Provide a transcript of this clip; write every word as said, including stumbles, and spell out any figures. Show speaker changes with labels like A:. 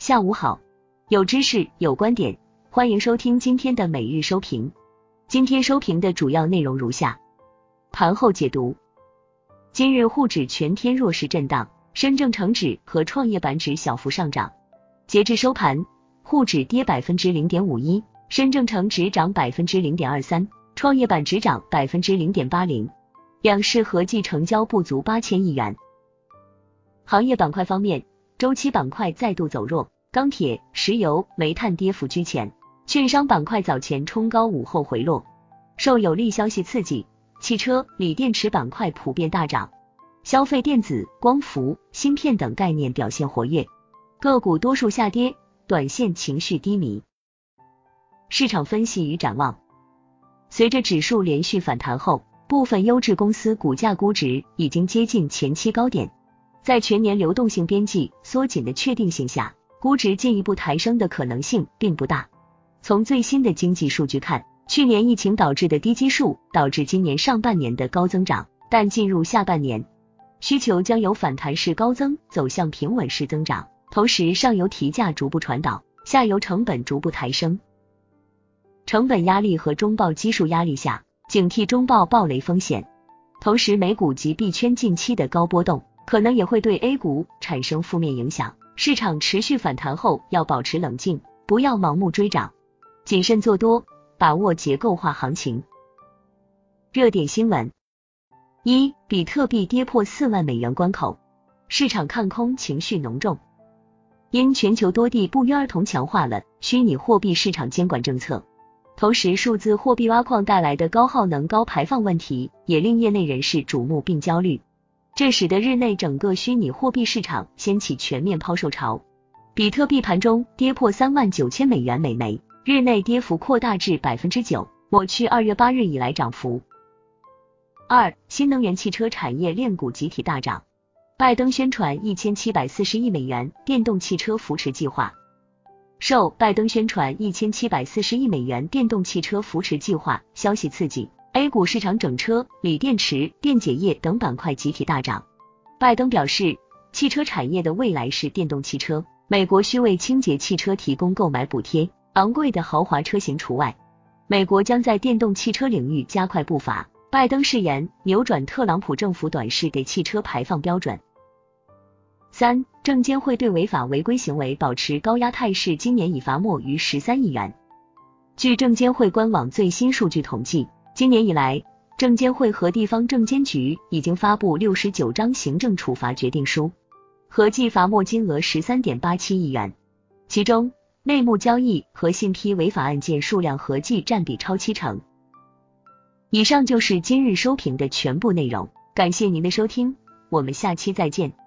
A: 下午好，有知识有观点，欢迎收听今天的每日收评。今天收评的主要内容如下：盘后解读。今日沪指全天弱势震荡，深证成指和创业板指小幅上涨。截至收盘，沪指跌 百分之零点五一， 深证成指涨 百分之零点二三， 创业板指涨 百分之零点八零， 两市合计成交不足八千亿元。行业板块方面，周期板块再度走弱，钢铁、石油、煤炭跌幅居前，券商板块早前冲高午后回落。受有利消息刺激，汽车、锂电池板块普遍大涨，消费电子、光伏、芯片等概念表现活跃，个股多数下跌，短线情绪低迷。市场分析与展望。随着指数连续反弹后，部分优质公司股价估值已经接近前期高点，在全年流动性边际缩紧的确定性下，估值进一步抬升的可能性并不大。从最新的经济数据看，去年疫情导致的低基数导致今年上半年的高增长，但进入下半年，需求将由反弹式高增走向平稳式增长，同时上游提价逐步传导，下游成本逐步抬升。成本压力和中报基数压力下，警惕中报暴雷风险。同时美股及币圈近期的高波动可能也会对 A 股产生负面影响，市场持续反弹后要保持冷静，不要盲目追涨，谨慎做多，把握结构化行情。热点新闻：一、比特币跌破四万美元关口，市场看空情绪浓重。因全球多地不约而同强化了虚拟货币市场监管政策，同时数字货币挖矿带来的高耗能高排放问题也令业内人士瞩目并焦虑，这使得日内整个虚拟货币市场掀起全面抛售潮。比特币盘中跌破三万九千美元每枚，日内跌幅扩大至 百分之九， 抹去二月八日以来涨幅。二、新能源汽车产业链股集体大涨，拜登宣传一千七百四十亿美元电动汽车扶持计划。受拜登宣传一千七百四十亿美元电动汽车扶持计划消息刺激， A 股市场整车、锂电池、电解液等板块集体大涨。拜登表示，汽车产业的未来是电动汽车，美国需为清洁汽车提供购买补贴，昂贵的豪华车型除外。美国将在电动汽车领域加快步伐，拜登誓言扭转特朗普政府短视的汽车排放标准。三、证监会对违法违规行为保持高压态势，今年已罚没逾十三亿元。据证监会官网最新数据统计，今年以来，证监会和地方证监局已经发布六十九张行政处罚决定书，合计罚没金额 十三点八七亿元，其中内幕交易和信批违法案件数量合计占比超七成。以上就是今日收评的全部内容，感谢您的收听，我们下期再见。